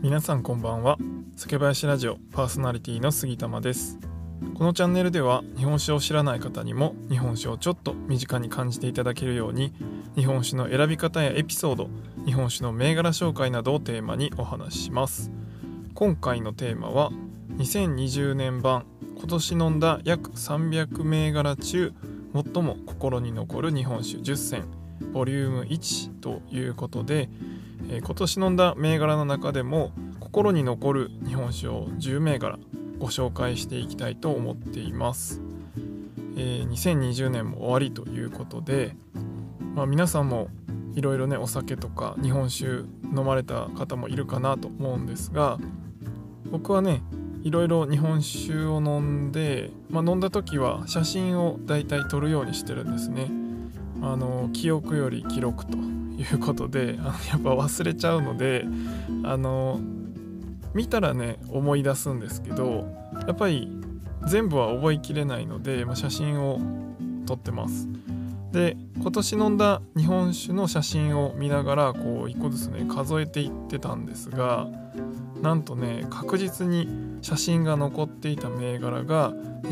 皆さんこんばんは。酒林ラジオパーソナリティの杉玉です。このチャンネルでは日本酒を知らない方にも日本酒をちょっと身近に感じていただけるように、日本酒の選び方やエピソード、日本酒の銘柄紹介などをテーマにお話しします。今回のテーマは2020年版、今年飲んだ約300銘柄中最も心に残る日本酒10選ボリューム1ということで、今年飲んだ銘柄の中でも心に残る日本酒を10銘柄ご紹介していきたいと思っています。2020年も終わりということで、皆さんもいろいろね、お酒とか日本酒飲まれた方もいるかなと思うんですが、僕はね、いろいろ日本酒を飲んで、飲んだ時は写真をだいたい撮るようにしてるんですね。記憶より記録ということで、やっぱ忘れちゃうので、見たらね思い出すんですけど、やっぱり全部は覚えきれないので、写真を撮ってます。で、今年飲んだ日本酒の写真を見ながら一個ずつね数えていってたんですが、なんとね、確実に写真が残っていた銘柄が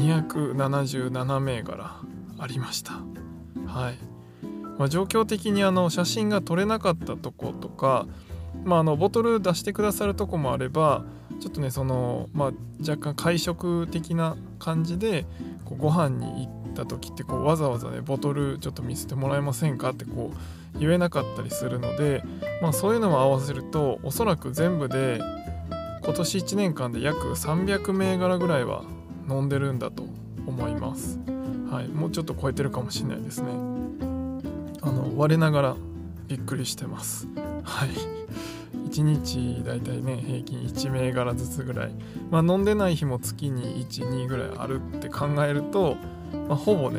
277銘柄ありました。はい。状況的に写真が撮れなかったとことか、ボトル出してくださるとこもあれば、ちょっとね若干会食的な感じでご飯に行った時ってわざわざねボトルちょっと見せてもらえませんかって言えなかったりするので、そういうのも合わせるとおそらく全部で今年1年間で約300銘柄ぐらいは飲んでるんだと思います。はい、もうちょっと超えてるかもしれないですね。我ながらびっくりしてます。はい。1日だいたいね平均1銘柄ずつぐらい、飲んでない日も月に 1,2 ぐらいあるって考えると、ほぼね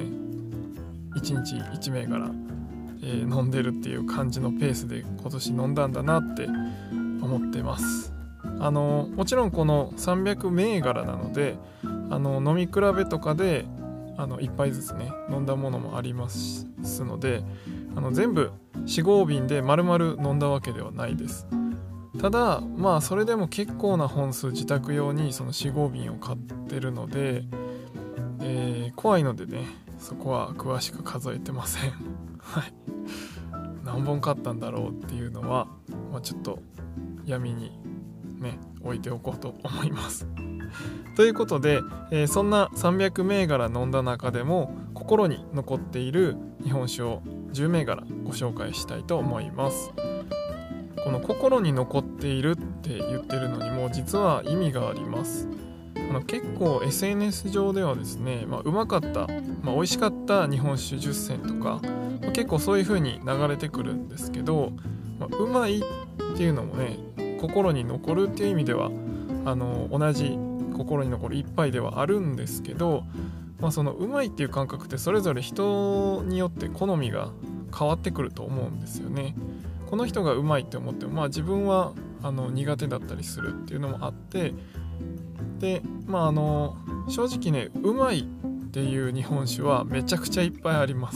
1日1銘柄、飲んでるっていう感じのペースで今年飲んだんだなって思ってます。もちろんこの300銘柄なので、飲み比べとかで1杯ずつね飲んだものもありますので、全部 4,5 瓶で丸々飲んだわけではないです。ただそれでも結構な本数自宅用にその 4,5 瓶を買ってるので、怖いのでね、そこは詳しく数えてません。はい。何本買ったんだろうっていうのは、ちょっと闇にね置いておこうと思います。ということで、そんな300銘柄飲んだ中でも心に残っている日本酒を10銘柄ご紹介したいと思います。この心に残っているって言ってるのにも実は意味があります。結構 SNS 上ではですね、うまかった、美味しかった日本酒10選とか、結構そういう風に流れてくるんですけど、うまいっていうのもね心に残るっていう意味では同じ心に残る一杯ではあるんですけど、そのうまいっていう感覚ってそれぞれ人によって好みが変わってくると思うんですよね。この人がうまいって思っても、自分は苦手だったりするっていうのもあって、で正直ね、うまいっていう日本酒はめちゃくちゃいっぱいあります。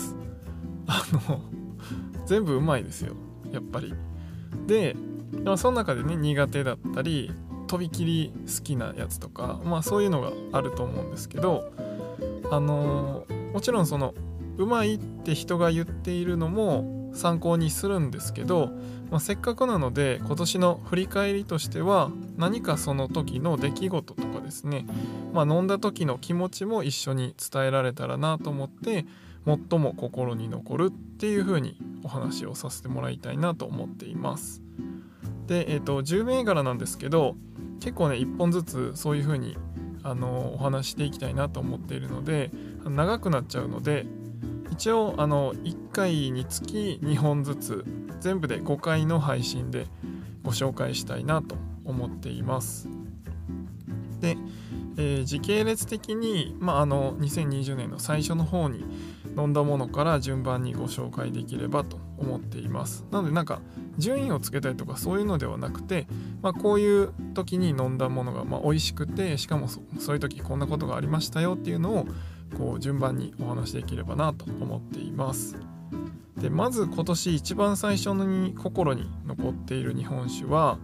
全部うまいですよ、やっぱり。で、その中でね苦手だったりとびきり好きなやつとか、そういうのがあると思うんですけど、もちろんそのうまいって人が言っているのも参考にするんですけど、せっかくなので今年の振り返りとしては、何かその時の出来事とかですね、飲んだ時の気持ちも一緒に伝えられたらなと思って、最も心に残るっていう風にお話をさせてもらいたいなと思っています。で、10銘柄なんですけど、結構ね1本ずつそういう風にお話していきたいなと思っているので長くなっちゃうので、一応1回につき2本ずつ全部で5回の配信でご紹介したいなと思っています。で、時系列的に、2020年の最初の方に飲んだものから順番にご紹介できればと思っています。なので順位をつけたりとかそういうのではなくて、こういう時に飲んだものが美味しくて、しかもそういう時こんなことがありましたよっていうのを順番にお話しできればなと思っています。で、まず今年一番最初に心に残っている日本酒は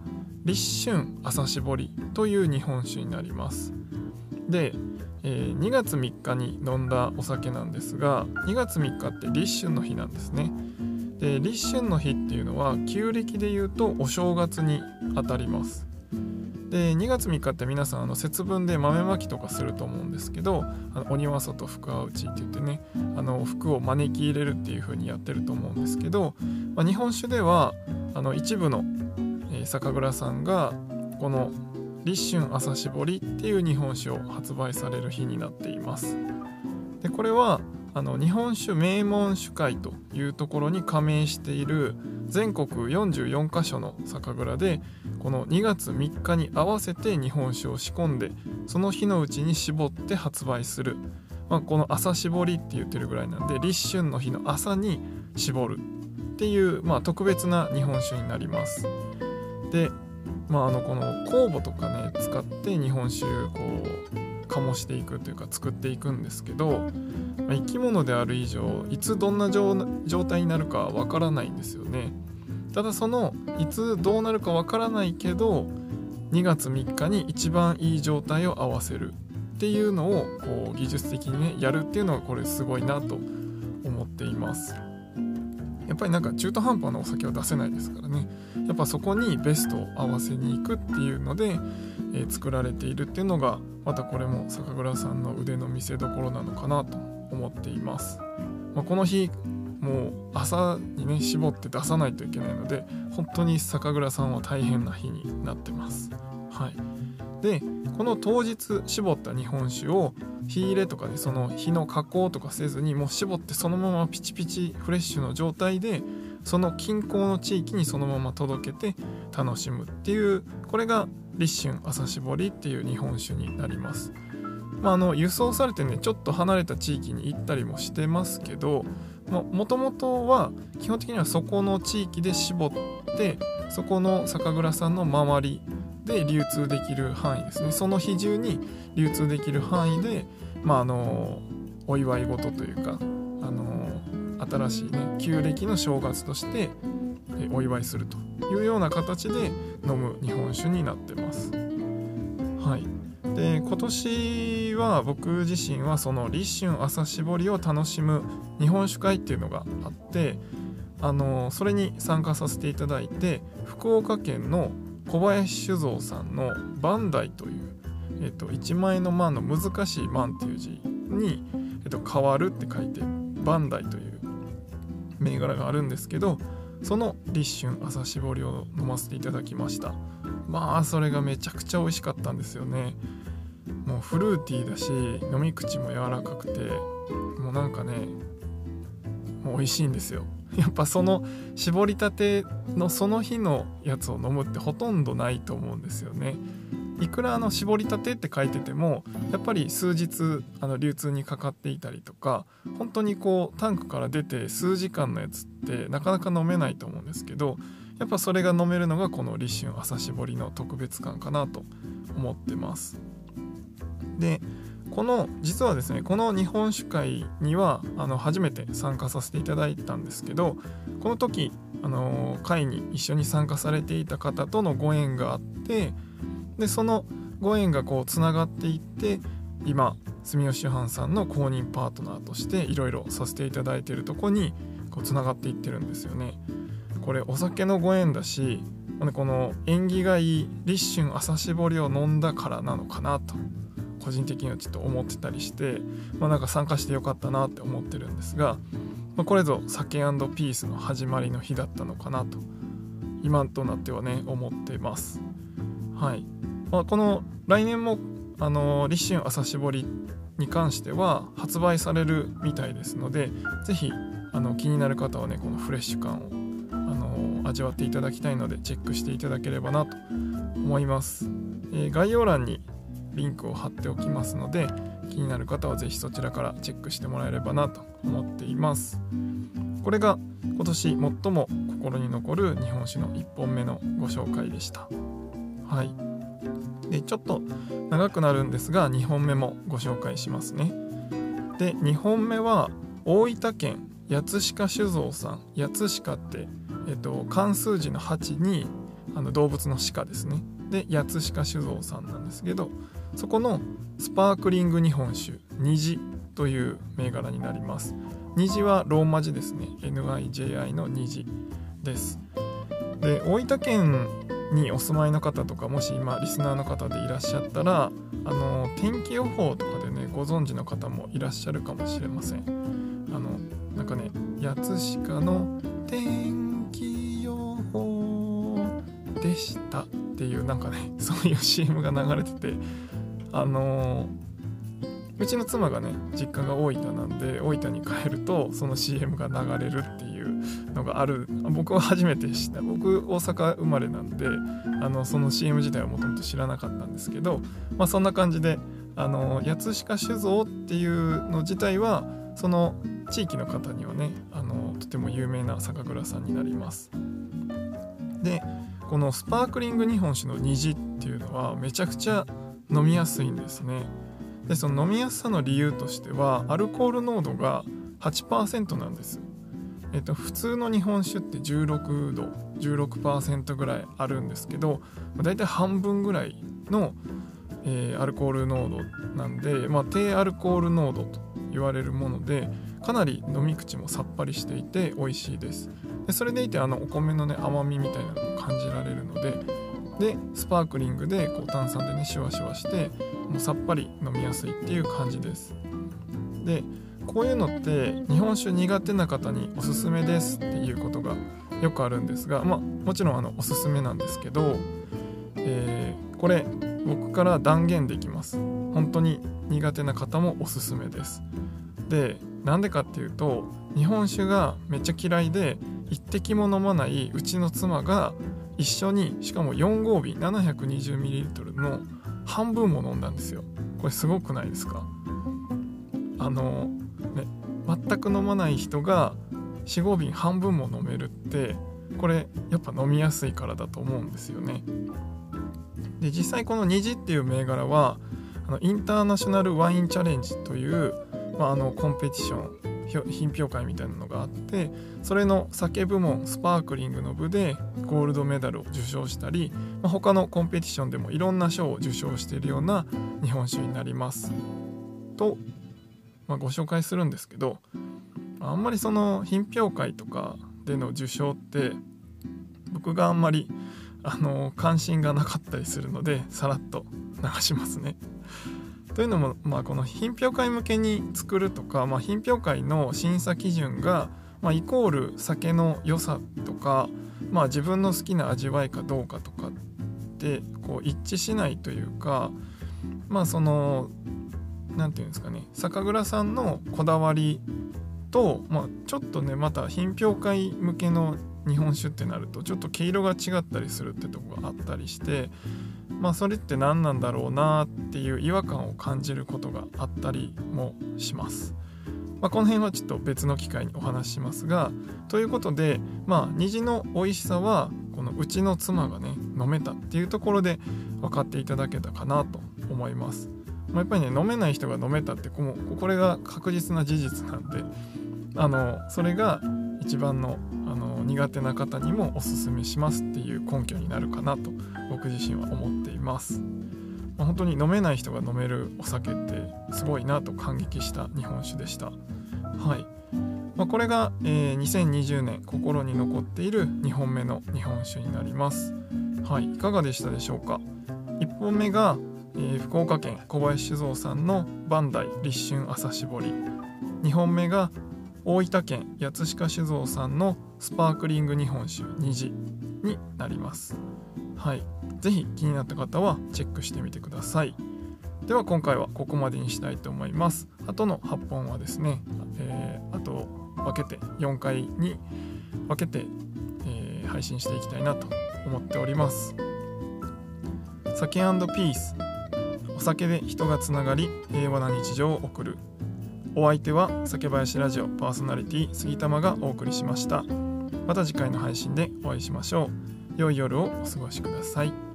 立春朝搾りという日本酒になります。で、2月3日に飲んだお酒なんですが、2月3日って立春の日なんですね。で、立春の日っていうのは旧暦でいうとお正月にあたります。で、2月3日って皆さん節分で豆まきとかすると思うんですけど、鬼は外福は内って言ってね、福を招き入れるっていう風にやってると思うんですけど、日本酒では一部の、酒蔵さんがこの立春朝搾りっていう日本酒を発売される日になっています。で、これは日本酒名門酒会というところに加盟している全国44カ所の酒蔵で、この2月3日に合わせて日本酒を仕込んで、その日のうちに絞って発売する、この朝搾りって言ってるぐらいなんで、立春の日の朝に絞るっていう、特別な日本酒になります。で、この酵母とかね使って日本酒こう醸していくというか作っていくんですけど、生き物である以上いつどんな状態になるかわからないんですよね。ただそのいつどうなるかわからないけど2月3日に一番いい状態を合わせるっていうのをこう技術的にねやるっていうのがこれすごいなと思っています。やっぱり中途半端なお酒は出せないですからね。やっぱそこにベストを合わせに行くっていうので、作られているっていうのがまたこれも酒蔵さんの腕の見せ所なのかなと思っています。この日もう朝にね絞って出さないといけないので、本当に酒蔵さんは大変な日になってます。はい。で、この当日絞った日本酒を火入れとかでその火の加工とかせずにもう絞ってそのままピチピチフレッシュの状態でその近郊の地域にそのまま届けて楽しむっていう、これが立春朝搾りっていう日本酒になります。輸送されてねちょっと離れた地域に行ったりもしてますけど、もともとは基本的にはそこの地域で絞ってそこの酒蔵さんの周りで流通できる範囲ですね、その日中に流通できる範囲で、お祝い事というか、新しいね旧暦の正月としてお祝いするというような形で飲む日本酒になってます。はい。で、今年は僕自身はその立春朝搾りを楽しむ日本酒会っていうのがあって、それに参加させていただいて、福岡県の小林酒造さんの万代という、一枚の万の難しい万っていう字に、変わるって書いて万代という銘柄があるんですけど、その立春朝搾りを飲ませていただきました。それがめちゃくちゃ美味しかったんですよね。もうフルーティーだし飲み口も柔らかくて、もうもう美味しいんですよ。やっぱその搾りたてのその日のやつを飲むってほとんどないと思うんですよね。いくら搾りたてって書いててもやっぱり数日流通にかかっていたりとか、本当にこうタンクから出て数時間のやつってなかなか飲めないと思うんですけど、やっぱそれが飲めるのがこの立春朝搾りの特別感かなと思ってます。で、実はですねこの日本酒会には初めて参加させていただいたんですけど、この時会に一緒に参加されていた方とのご縁があって、でそのご縁がこうつながっていって、今住吉藩さんの公認パートナーとしていろいろさせていただいているとこにこうつながっていってるんですよね。これお酒のご縁だし、この縁起がいい立春朝搾りを飲んだからなのかなと個人的にはちょっと思ってたりして、参加してよかったなって思ってるんですが、これぞ酒&ピースの始まりの日だったのかなと今となってはね思ってます。はい。この来年も立春朝搾りに関しては発売されるみたいですので、ぜひ気になる方はねこのフレッシュ感を味わっていただきたいのでチェックしていただければなと思います。概要欄にリンクを貼っておきますので、気になる方はぜひそちらからチェックしてもらえればなと思っています。これが今年最も心に残る日本酒の1本目のご紹介でした。はい。で、ちょっと長くなるんですが2本目もご紹介しますね。で、2本目は大分県八鹿酒造さん、八鹿って、漢数字の8に動物の鹿ですね。で八鹿酒造さんなんですけど、そこのスパークリング日本酒虹という銘柄になります。虹はローマ字ですね。 NIJI の虹です。で大分県にお住まいの方とか、もし今リスナーの方でいらっしゃったら、天気予報とかでねご存知の方もいらっしゃるかもしれません。なんかね、八鹿の天気予報でしたっていう、なんかねそういう CM が流れてて、うちの妻がね実家が大分なんで、大分に帰るとその CM が流れるっていうのがある。僕は初めて知った。僕大阪生まれなんで、その CM 自体はもともと知らなかったんですけど、そんな感じで八鹿酒造っていうの自体はその地域の方にはねとても有名な酒蔵さんになります。でこのスパークリング日本酒の虹っていうのはめちゃくちゃ飲みやすいんですね。でその飲みやすさの理由としてはアルコール濃度が 8% なんです。普通の日本酒って16度 16% ぐらいあるんですけど、だいたい半分ぐらいの、アルコール濃度なんで、低アルコール濃度と言われるもので、かなり飲み口もさっぱりしていて美味しいです。でそれでいてお米のね甘みみたいなのを感じられるので、スパークリングで炭酸でねシュワシュワしてもうさっぱり飲みやすいっていう感じです。でこういうのって日本酒苦手な方におすすめですっていうことがよくあるんですが、もちろんおすすめなんですけど、これ僕から断言できます。本当に苦手な方もおすすめです。でなんでかっていうと、日本酒がめっちゃ嫌いで一滴も飲まないうちの妻が一緒に、しかも4合瓶 720ml の半分も飲んだんですよ。これすごくないですか？全く飲まない人が4合瓶半分も飲めるって、これやっぱ飲みやすいからだと思うんですよね。で実際この虹っていう銘柄はインターナショナルワインチャレンジという、コンペティション品評会みたいなのがあって、それの酒部門スパークリングの部でゴールドメダルを受賞したり、他のコンペティションでもいろんな賞を受賞しているような日本酒になりますと、ご紹介するんですけど、あんまりその品評会とかでの受賞って僕があんまり関心がなかったりするので、さらっと流しますね。というのも、この品評会向けに作るとか、品評会の審査基準が、イコール酒の良さとか、自分の好きな味わいかどうかとかって一致しないというか、そのなんていうんですかね、酒蔵さんのこだわりと、ちょっとねまた品評会向けの日本酒ってなるとちょっと毛色が違ったりするってとこがあったりして、それって何なんだろうなっていう違和感を感じることがあったりもします。この辺はちょっと別の機会にお話ししますが、ということで虹の美味しさはこのうちの妻がね飲めたっていうところで分かっていただけたかなと思います。やっぱりね飲めない人が飲めたってこれが確実な事実なんで、それが一番の苦手な方にもおすすめしますっていう根拠になるかなと僕自身は思っています。本当に飲めない人が飲めるお酒ってすごいなと感激した日本酒でした。はい。これが、2020年心に残っている2本目の日本酒になります。はい、いかがでしたでしょうか。1本目が、福岡県小林酒造さんの磐梯立春朝搾り、2本目が大分県八鹿酒造さんのスパークリング日本酒虹になります。はい、ぜひ気になった方はチェックしてみてください。では今回はここまでにしたいと思います。あとの8本はですね、あと分けて4回に分けて、配信していきたいなと思っております。酒&ピース、お酒で人がつながり平和な日常を送る。お相手は酒林ラジオパーソナリティ杉玉がお送りしました。また次回の配信でお会いしましょう。良い夜をお過ごしください。